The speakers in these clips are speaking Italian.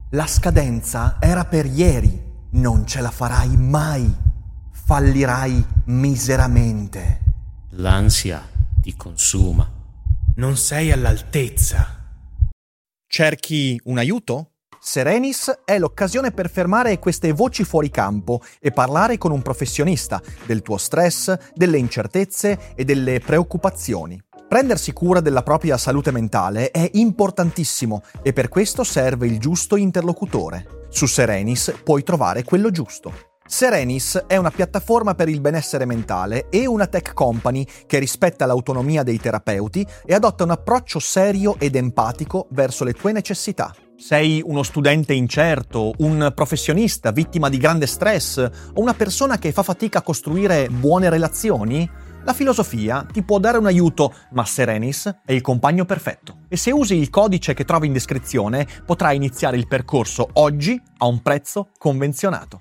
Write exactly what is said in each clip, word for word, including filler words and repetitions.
La scadenza era per ieri, non ce la farai mai, fallirai miseramente. L'ansia ti consuma. Non sei all'altezza. Cerchi un aiuto? Serenis è l'occasione per fermare queste voci fuori campo e parlare con un professionista del tuo stress, delle incertezze e delle preoccupazioni. Prendersi cura della propria salute mentale è importantissimo e per questo serve il giusto interlocutore. Su Serenis puoi trovare quello giusto. Serenis è una piattaforma per il benessere mentale e una tech company che rispetta l'autonomia dei terapeuti e adotta un approccio serio ed empatico verso le tue necessità. Sei uno studente incerto, un professionista vittima di grande stress o una persona che fa fatica a costruire buone relazioni? La filosofia ti può dare un aiuto, ma Serenis è il compagno perfetto. E se usi il codice che trovi in descrizione, potrai iniziare il percorso oggi a un prezzo convenzionato.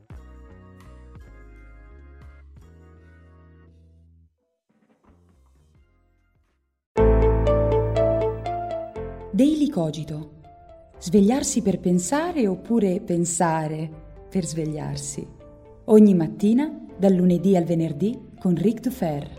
Daily Cogito. Svegliarsi per pensare oppure pensare per svegliarsi. Ogni mattina, dal lunedì al venerdì, con Ric Dufer.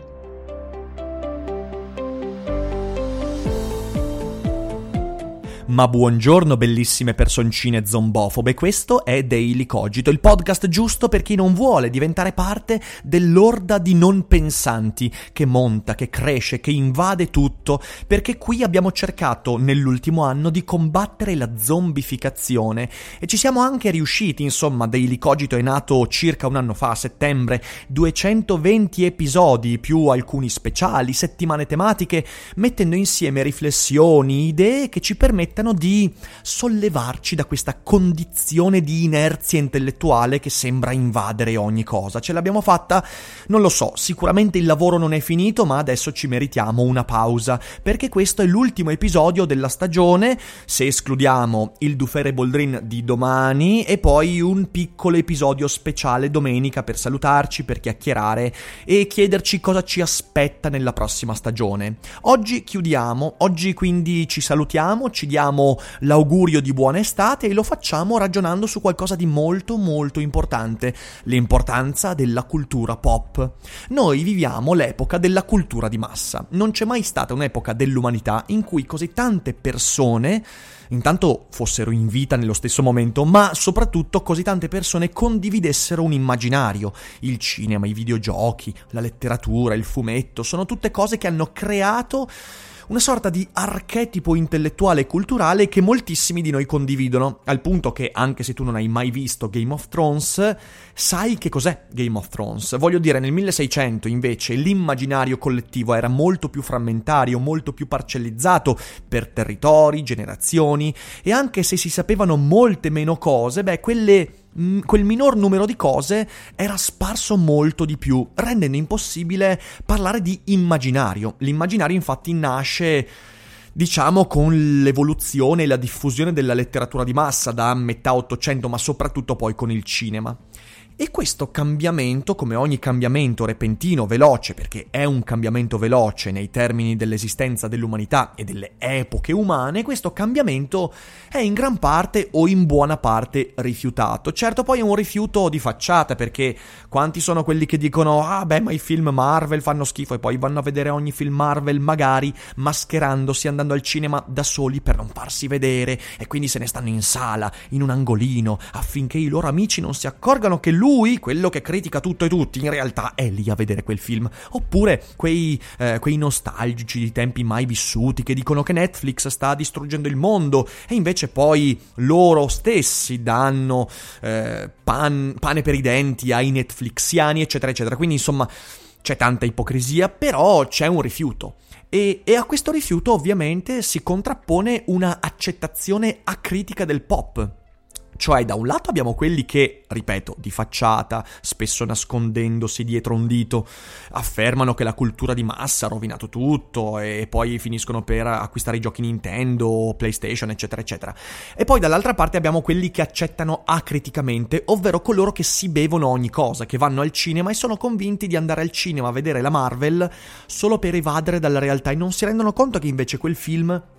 Ma buongiorno bellissime personcine zombofobe, questo è Daily Cogito, il podcast giusto per chi non vuole diventare parte dell'orda di non pensanti che monta, che cresce, che invade tutto, perché qui abbiamo cercato nell'ultimo anno di combattere la zombificazione e ci siamo anche riusciti. Insomma, Daily Cogito è nato circa un anno fa, a settembre, duecentoventi episodi più alcuni speciali, settimane tematiche, mettendo insieme riflessioni, idee che ci permettono di sollevarci da questa condizione di inerzia intellettuale che sembra invadere ogni cosa. Ce l'abbiamo fatta? Non lo so, sicuramente il lavoro non è finito, ma adesso ci meritiamo una pausa, perché questo è l'ultimo episodio della stagione, se escludiamo il Dufer e Boldrin di domani e poi un piccolo episodio speciale domenica per salutarci, per chiacchierare e chiederci cosa ci aspetta nella prossima stagione. Oggi chiudiamo, oggi quindi ci salutiamo, ci diamo l'augurio di buona estate e lo facciamo ragionando su qualcosa di molto molto importante, l'importanza della cultura pop. Noi viviamo l'epoca della cultura di massa. Non c'è mai stata un'epoca dell'umanità in cui così tante persone intanto fossero in vita nello stesso momento, ma soprattutto così tante persone condividessero un immaginario. Il cinema, i videogiochi, la letteratura, il fumetto, sono tutte cose che hanno creato una sorta di archetipo intellettuale e culturale che moltissimi di noi condividono, al punto che, anche se tu non hai mai visto Game of Thrones, sai che cos'è Game of Thrones. Voglio dire, nel milleseicento invece l'immaginario collettivo era molto più frammentario, molto più parcellizzato per territori, generazioni, e anche se si sapevano molte meno cose, beh, quelle quel minor numero di cose era sparso molto di più, rendendo impossibile parlare di immaginario. L'immaginario infatti nasce, diciamo, con l'evoluzione e la diffusione della letteratura di massa da metà Ottocento, ma soprattutto poi con il cinema. E questo cambiamento, come ogni cambiamento repentino, veloce, perché è un cambiamento veloce nei termini dell'esistenza dell'umanità e delle epoche umane, questo cambiamento è in gran parte o in buona parte rifiutato. Certo, poi è un rifiuto di facciata, perché quanti sono quelli che dicono «Ah beh, ma i film Marvel fanno schifo» e poi vanno a vedere ogni film Marvel magari mascherandosi, andando al cinema da soli per non farsi vedere, e quindi se ne stanno in sala, in un angolino, affinché i loro amici non si accorgano che lui Lui, quello che critica tutto e tutti, in realtà è lì a vedere quel film. Oppure quei, eh, quei nostalgici di tempi mai vissuti che dicono che Netflix sta distruggendo il mondo e invece poi loro stessi danno eh, pan, pane per i denti ai netflixiani, eccetera, eccetera. Quindi, insomma, c'è tanta ipocrisia, però c'è un rifiuto. E, e a questo rifiuto ovviamente si contrappone una accettazione acritica del pop. Cioè, da un lato abbiamo quelli che, ripeto, di facciata, spesso nascondendosi dietro un dito, affermano che la cultura di massa ha rovinato tutto e poi finiscono per acquistare i giochi Nintendo, PlayStation, eccetera, eccetera. E poi dall'altra parte abbiamo quelli che accettano acriticamente, ovvero coloro che si bevono ogni cosa, che vanno al cinema e sono convinti di andare al cinema a vedere la Marvel solo per evadere dalla realtà e non si rendono conto che invece quel film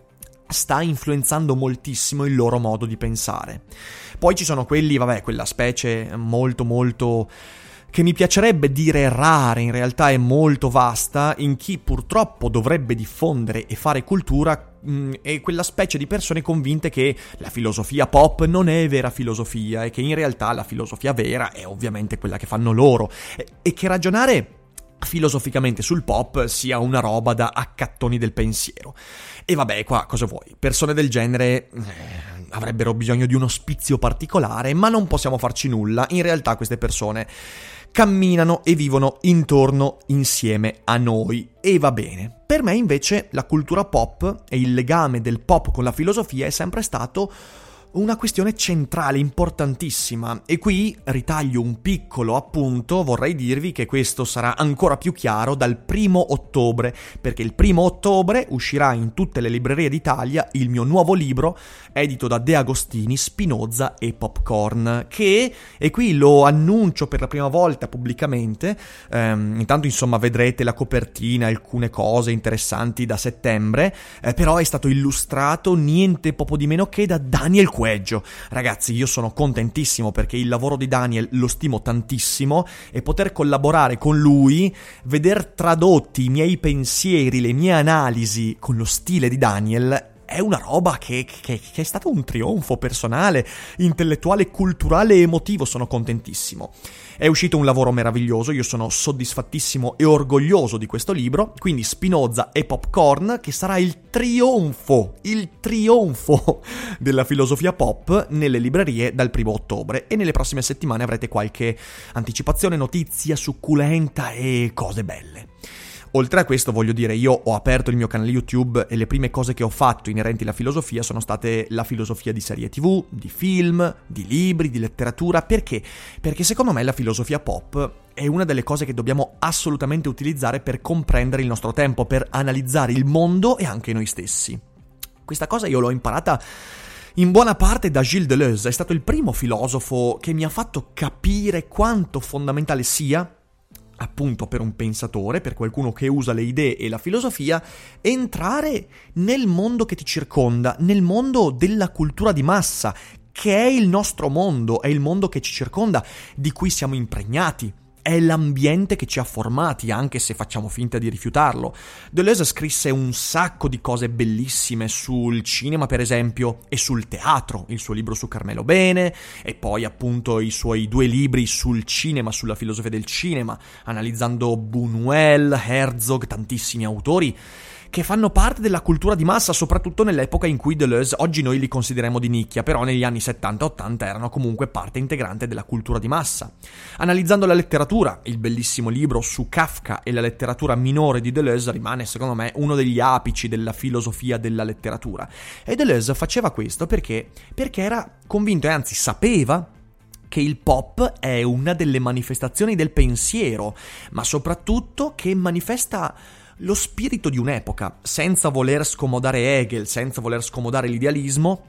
sta influenzando moltissimo il loro modo di pensare. Poi ci sono quelli, vabbè, quella specie molto molto che mi piacerebbe dire rara, in realtà è molto vasta, in chi purtroppo dovrebbe diffondere e fare cultura, mh, è quella specie di persone convinte che la filosofia pop non è vera filosofia e che in realtà la filosofia vera è ovviamente quella che fanno loro e, e che ragionare filosoficamente sul pop sia una roba da accattoni del pensiero. E vabbè, qua cosa vuoi? Persone del genere eh, avrebbero bisogno di un ospizio particolare, ma non possiamo farci nulla. In realtà queste persone camminano e vivono intorno insieme a noi e va bene. Per me invece la cultura pop e il legame del pop con la filosofia è sempre stato una questione centrale, importantissima, e qui ritaglio un piccolo appunto. Vorrei dirvi che questo sarà ancora più chiaro dal primo ottobre, perché il primo ottobre uscirà in tutte le librerie d'Italia il mio nuovo libro edito da De Agostini, Spinoza e Popcorn, che, e qui lo annuncio per la prima volta pubblicamente, ehm, intanto insomma vedrete la copertina, alcune cose interessanti da settembre, eh, però è stato illustrato niente poco di meno che da Daniel Queggio. Ragazzi, io sono contentissimo perché il lavoro di Daniel lo stimo tantissimo e poter collaborare con lui, veder tradotti i miei pensieri, le mie analisi con lo stile di Daniel, è una roba che, che, che è stato un trionfo personale, intellettuale, culturale e emotivo. Sono contentissimo. È uscito un lavoro meraviglioso, io sono soddisfattissimo e orgoglioso di questo libro, quindi Spinoza e Popcorn, che sarà il trionfo, il trionfo della filosofia pop nelle librerie dal primo ottobre, e nelle prossime settimane avrete qualche anticipazione, notizia succulenta e cose belle. Oltre a questo voglio dire, io ho aperto il mio canale YouTube e le prime cose che ho fatto inerenti alla filosofia sono state la filosofia di serie tv, di film, di libri, di letteratura. Perché? Perché secondo me la filosofia pop è una delle cose che dobbiamo assolutamente utilizzare per comprendere il nostro tempo, per analizzare il mondo e anche noi stessi. Questa cosa io l'ho imparata in buona parte da Gilles Deleuze. È stato il primo filosofo che mi ha fatto capire quanto fondamentale sia, appunto per un pensatore, per qualcuno che usa le idee e la filosofia, entrare nel mondo che ti circonda, nel mondo della cultura di massa, che è il nostro mondo, è il mondo che ci circonda, di cui siamo impregnati. È l'ambiente che ci ha formati, anche se facciamo finta di rifiutarlo. Deleuze scrisse un sacco di cose bellissime sul cinema, per esempio, e sul teatro, il suo libro su Carmelo Bene, e poi appunto i suoi due libri sul cinema, sulla filosofia del cinema, analizzando Buñuel, Herzog, tantissimi autori che fanno parte della cultura di massa, soprattutto nell'epoca in cui Deleuze, oggi noi li consideriamo di nicchia, però negli anni settanta ottanta erano comunque parte integrante della cultura di massa. Analizzando la letteratura, il bellissimo libro su Kafka e la letteratura minore di Deleuze rimane, secondo me, uno degli apici della filosofia della letteratura. E Deleuze faceva questo perché, perché era convinto, e anzi sapeva, che il pop è una delle manifestazioni del pensiero, ma soprattutto che manifesta lo spirito di un'epoca. Senza voler scomodare Hegel, senza voler scomodare l'idealismo,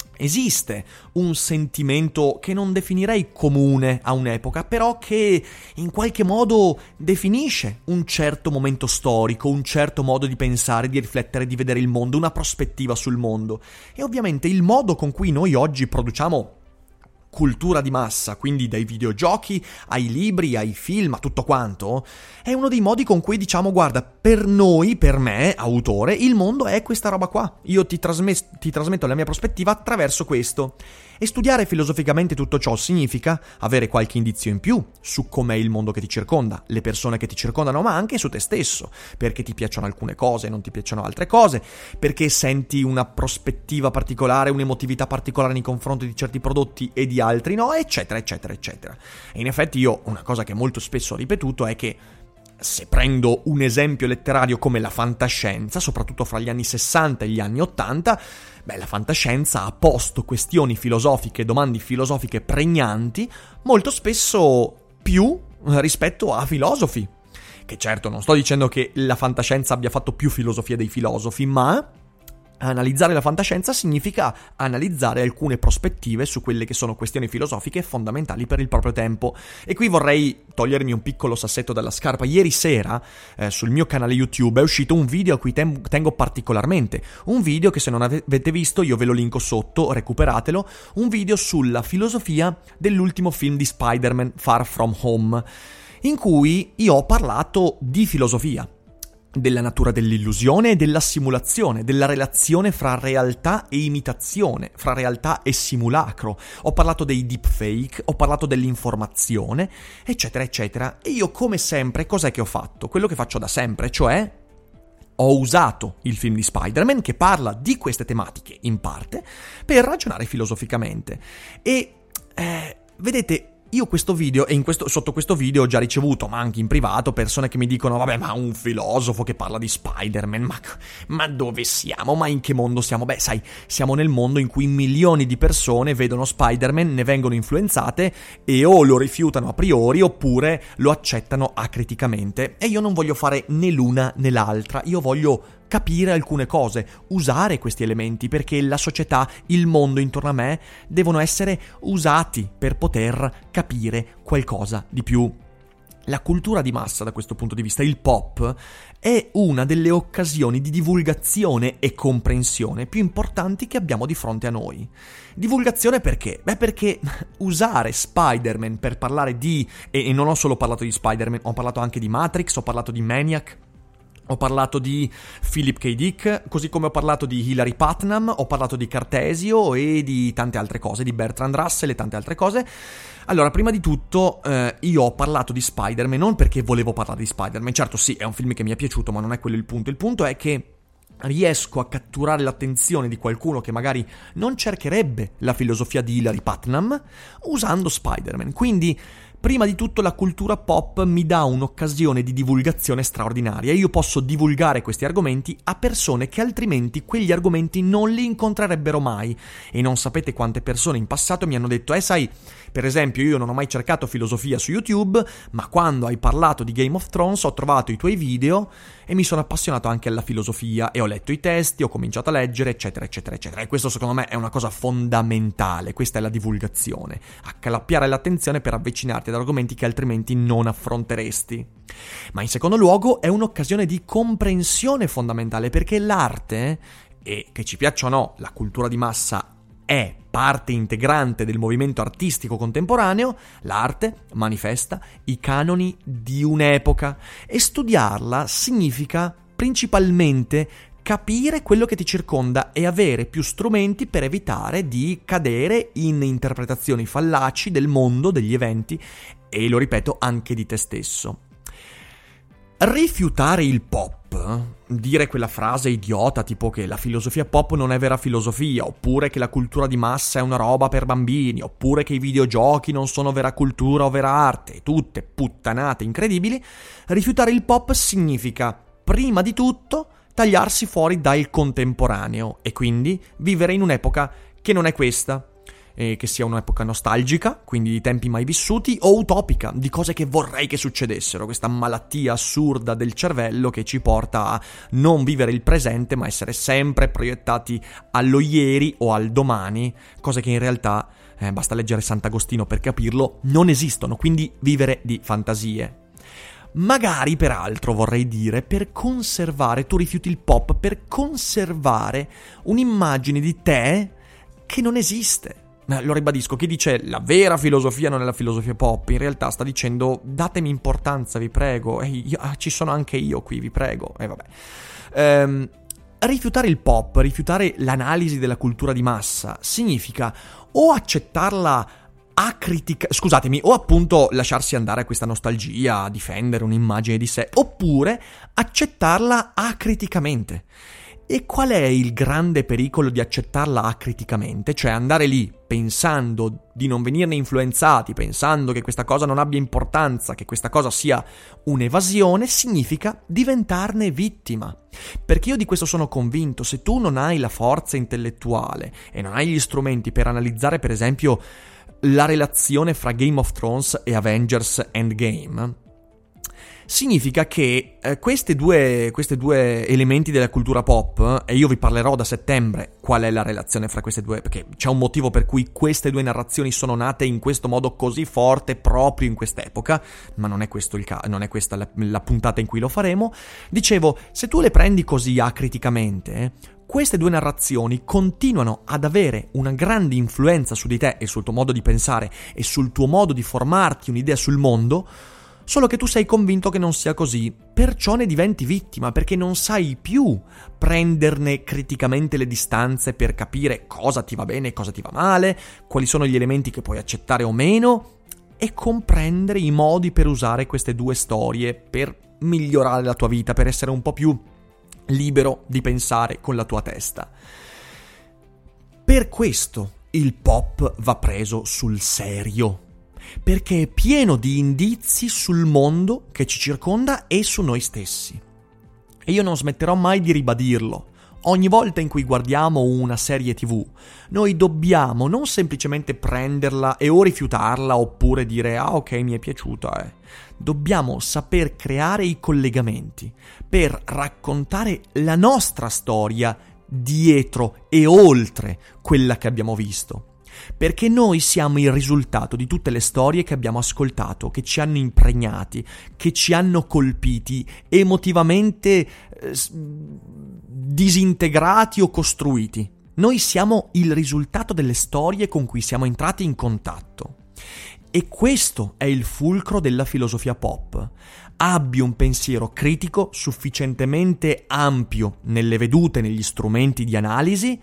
esiste un sentimento che non definirei comune a un'epoca, però che in qualche modo definisce un certo momento storico, un certo modo di pensare, di riflettere, di vedere il mondo, una prospettiva sul mondo. E ovviamente il modo con cui noi oggi produciamo cultura di massa, quindi dai videogiochi ai libri, ai film, a tutto quanto, è uno dei modi con cui diciamo: guarda, per noi, per me, autore, il mondo è questa roba qua, io ti, trasmes- ti trasmetto la mia prospettiva attraverso questo. E studiare filosoficamente tutto ciò significa avere qualche indizio in più su com'è il mondo che ti circonda, le persone che ti circondano, ma anche su te stesso, perché ti piacciono alcune cose e non ti piacciono altre cose, perché senti una prospettiva particolare, un'emotività particolare nei confronti di certi prodotti e di altri no, eccetera, eccetera, eccetera. E in effetti io, una cosa che molto spesso ho ripetuto è che se prendo un esempio letterario come la fantascienza, soprattutto fra gli anni sessanta e gli anni ottanta, beh, la fantascienza ha posto questioni filosofiche, domande filosofiche pregnanti, molto spesso più rispetto a filosofi. Che certo, non sto dicendo che la fantascienza abbia fatto più filosofia dei filosofi, ma Analizzare la fantascienza significa analizzare alcune prospettive su quelle che sono questioni filosofiche fondamentali per il proprio tempo. E qui vorrei togliermi un piccolo sassetto dalla scarpa. Ieri sera eh, sul mio canale YouTube è uscito un video a cui tem- tengo particolarmente. Un video che, se non avete visto, io ve lo linko sotto, recuperatelo. Un video sulla filosofia dell'ultimo film di Spider-Man, Far From Home, in cui io ho parlato di filosofia, della natura dell'illusione e della simulazione, della relazione fra realtà e imitazione, fra realtà e simulacro. Ho parlato dei deepfake, ho parlato dell'informazione, eccetera, eccetera. E io, come sempre, cos'è che ho fatto? Quello che faccio da sempre, cioè ho usato il film di Spider-Man, che parla di queste tematiche, in parte, per ragionare filosoficamente. E, eh, vedete, io questo video, e in questo, sotto questo video ho già ricevuto, ma anche in privato, persone che mi dicono: vabbè, ma un filosofo che parla di Spider-Man, ma, ma dove siamo? Ma in che mondo siamo? Beh, sai, siamo nel mondo in cui milioni di persone vedono Spider-Man, ne vengono influenzate e o lo rifiutano a priori oppure lo accettano acriticamente. E io non voglio fare né l'una né l'altra, io voglio capire alcune cose, usare questi elementi, perché la società, il mondo intorno a me devono essere usati per poter capire qualcosa di più. La cultura di massa, da questo punto di vista, il pop, è una delle occasioni di divulgazione e comprensione più importanti che abbiamo di fronte a noi. Divulgazione perché? Beh, perché usare Spider-Man per parlare di... E, e non ho solo parlato di Spider-Man, ho parlato anche di Matrix, ho parlato di Maniac, ho parlato di Philip K. Dick, così come ho parlato di Hilary Putnam, ho parlato di Cartesio e di tante altre cose, di Bertrand Russell e tante altre cose. Allora, prima di tutto, eh, io ho parlato di Spider-Man non perché volevo parlare di Spider-Man. Certo, sì, è un film che mi è piaciuto, ma non è quello il punto. Il punto è che riesco a catturare l'attenzione di qualcuno che magari non cercherebbe la filosofia di Hilary Putnam usando Spider-Man. Quindi, prima di tutto, la cultura pop mi dà un'occasione di divulgazione straordinaria. Io posso divulgare questi argomenti a persone che altrimenti quegli argomenti non li incontrerebbero mai. E non sapete quante persone in passato mi hanno detto: eh sai, per esempio, io non ho mai cercato filosofia su YouTube, ma quando hai parlato di Game of Thrones ho trovato i tuoi video e mi sono appassionato anche alla filosofia e ho letto i testi, ho cominciato a leggere, eccetera, eccetera, eccetera. E questo, secondo me, è una cosa fondamentale. Questa è la divulgazione, accalappiare l'attenzione per avvicinarti ad argomenti che altrimenti non affronteresti. Ma in secondo luogo è un'occasione di comprensione fondamentale, perché l'arte, e che ci piaccia o no, la cultura di massa è parte integrante del movimento artistico contemporaneo. L'arte manifesta i canoni di un'epoca e studiarla significa principalmente capire quello che ti circonda e avere più strumenti per evitare di cadere in interpretazioni fallaci del mondo, degli eventi e, lo ripeto, anche di te stesso. Rifiutare il pop, dire quella frase idiota tipo che la filosofia pop non è vera filosofia, oppure che la cultura di massa è una roba per bambini, oppure che i videogiochi non sono vera cultura o vera arte, tutte puttanate incredibili. Rifiutare il pop significa, prima di tutto, tagliarsi fuori dal contemporaneo e quindi vivere in un'epoca che non è questa, e che sia un'epoca nostalgica, quindi di tempi mai vissuti, o utopica, di cose che vorrei che succedessero, questa malattia assurda del cervello che ci porta a non vivere il presente ma essere sempre proiettati allo ieri o al domani, cose che in realtà, eh, basta leggere Sant'Agostino per capirlo, non esistono, quindi vivere di fantasie. Magari, peraltro, vorrei dire, per conservare, tu rifiuti il pop per conservare un'immagine di te che non esiste. Lo ribadisco, chi dice la vera filosofia non è la filosofia pop, in realtà sta dicendo datemi importanza, vi prego, e io, ah, ci sono anche io qui, vi prego, e vabbè. Ehm, rifiutare il pop, rifiutare l'analisi della cultura di massa, significa o accettarla a critica, scusatemi, o appunto lasciarsi andare a questa nostalgia, a difendere un'immagine di sé, oppure accettarla acriticamente. E qual è il grande pericolo di accettarla acriticamente? Cioè andare lì pensando di non venirne influenzati, pensando che questa cosa non abbia importanza, che questa cosa sia un'evasione, significa diventarne vittima. Perché io di questo sono convinto: se tu non hai la forza intellettuale e non hai gli strumenti per analizzare, per esempio, la relazione fra Game of Thrones e Avengers Endgame, significa che eh, queste due, questi due elementi della cultura pop, e io vi parlerò da settembre qual è la relazione fra queste due, perché c'è un motivo per cui queste due narrazioni sono nate in questo modo così forte proprio in quest'epoca, ma non è questo il ca- non è questa la, la puntata in cui lo faremo. Dicevo, se tu le prendi così acriticamente, eh, queste due narrazioni continuano ad avere una grande influenza su di te e sul tuo modo di pensare e sul tuo modo di formarti un'idea sul mondo, solo che tu sei convinto che non sia così, perciò ne diventi vittima, perché non sai più prenderne criticamente le distanze per capire cosa ti va bene e cosa ti va male, quali sono gli elementi che puoi accettare o meno, e comprendere i modi per usare queste due storie per migliorare la tua vita, per essere un po' più libero di pensare con la tua testa. Per questo il pop va preso sul serio, perché è pieno di indizi sul mondo che ci circonda e su noi stessi. E io non smetterò mai di ribadirlo. Ogni volta in cui guardiamo una serie tivù, noi dobbiamo non semplicemente prenderla e o rifiutarla oppure dire ah ok mi è piaciuta, eh. Dobbiamo saper creare i collegamenti per raccontare la nostra storia dietro e oltre quella che abbiamo visto. Perché noi siamo il risultato di tutte le storie che abbiamo ascoltato, che ci hanno impregnati, che ci hanno colpiti emotivamente eh, disintegrati o costruiti. Noi siamo il risultato delle storie con cui siamo entrati in contatto. E questo è il fulcro della filosofia pop. Abbi un pensiero critico sufficientemente ampio nelle vedute, negli strumenti di analisi,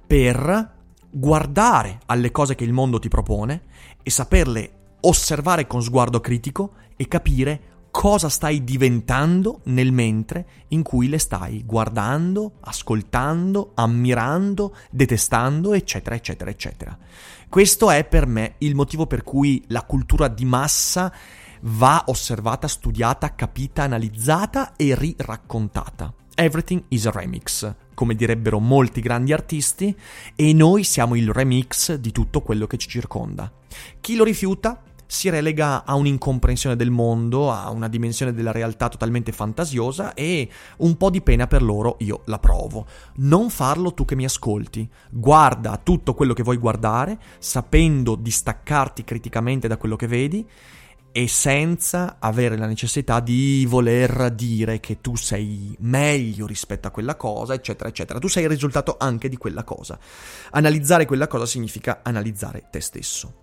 per guardare alle cose che il mondo ti propone e saperle osservare con sguardo critico e capire cosa stai diventando nel mentre in cui le stai guardando, ascoltando, ammirando, detestando, eccetera, eccetera, eccetera. Questo è per me il motivo per cui la cultura di massa va osservata, studiata, capita, analizzata e riraccontata. Everything is a remix, come direbbero molti grandi artisti, e noi siamo il remix di tutto quello che ci circonda. Chi lo rifiuta si relega a un'incomprensione del mondo, a una dimensione della realtà totalmente fantasiosa, e un po' di pena per loro io la provo. Non farlo tu che mi ascolti. Guarda tutto quello che vuoi guardare, sapendo distaccarti criticamente da quello che vedi, e senza avere la necessità di voler dire che tu sei meglio rispetto a quella cosa, eccetera, eccetera. Tu sei il risultato anche di quella cosa. Analizzare quella cosa significa analizzare te stesso.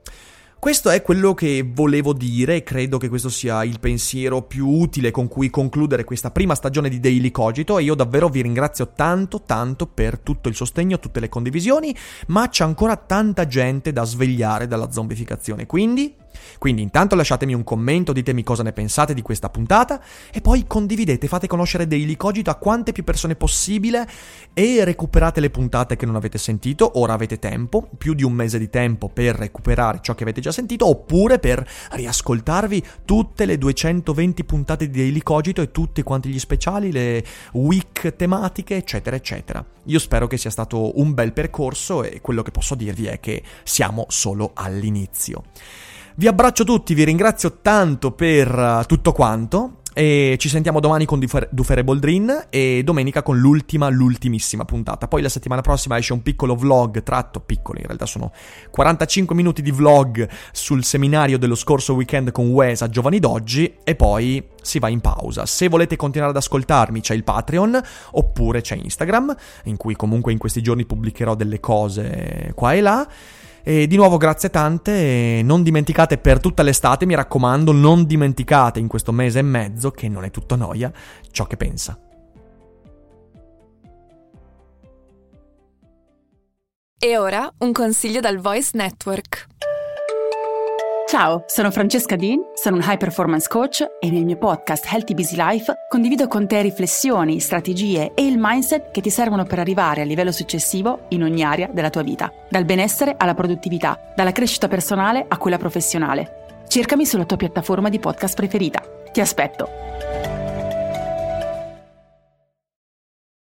Questo è quello che volevo dire e credo che questo sia il pensiero più utile con cui concludere questa prima stagione di Daily Cogito, e io davvero vi ringrazio tanto tanto per tutto il sostegno, tutte le condivisioni, ma c'è ancora tanta gente da svegliare dalla zombificazione, quindi... Quindi intanto lasciatemi un commento, ditemi cosa ne pensate di questa puntata e poi condividete, fate conoscere Daily Cogito a quante più persone possibile e recuperate le puntate che non avete sentito. Ora avete tempo, più di un mese di tempo per recuperare ciò che avete già sentito, oppure per riascoltarvi tutte le duecentoventi puntate di Daily Cogito e tutti quanti gli speciali, le week tematiche, eccetera eccetera. Io spero che sia stato un bel percorso e quello che posso dirvi è che siamo solo all'inizio. Vi abbraccio tutti, vi ringrazio tanto per tutto quanto e ci sentiamo domani con Dufere Boldrin e domenica con l'ultima, l'ultimissima puntata. Poi la settimana prossima esce un piccolo vlog, tratto piccolo, in realtà sono quarantacinque minuti di vlog sul seminario dello scorso weekend con Wes a Giovani d'Oggi e poi si va in pausa. Se volete continuare ad ascoltarmi c'è il Patreon oppure c'è Instagram, in cui comunque in questi giorni pubblicherò delle cose qua e là. E di nuovo grazie tante, e non dimenticate per tutta l'estate, mi raccomando, non dimenticate in questo mese e mezzo, che non è tutto noia, ciò che pensa. E ora un consiglio dal Voice Network. Ciao, sono Francesca Dean, sono un high performance coach e nel mio podcast Healthy Busy Life condivido con te riflessioni, strategie e il mindset che ti servono per arrivare al livello successivo in ogni area della tua vita, dal benessere alla produttività, dalla crescita personale a quella professionale. Cercami sulla tua piattaforma di podcast preferita. Ti aspetto!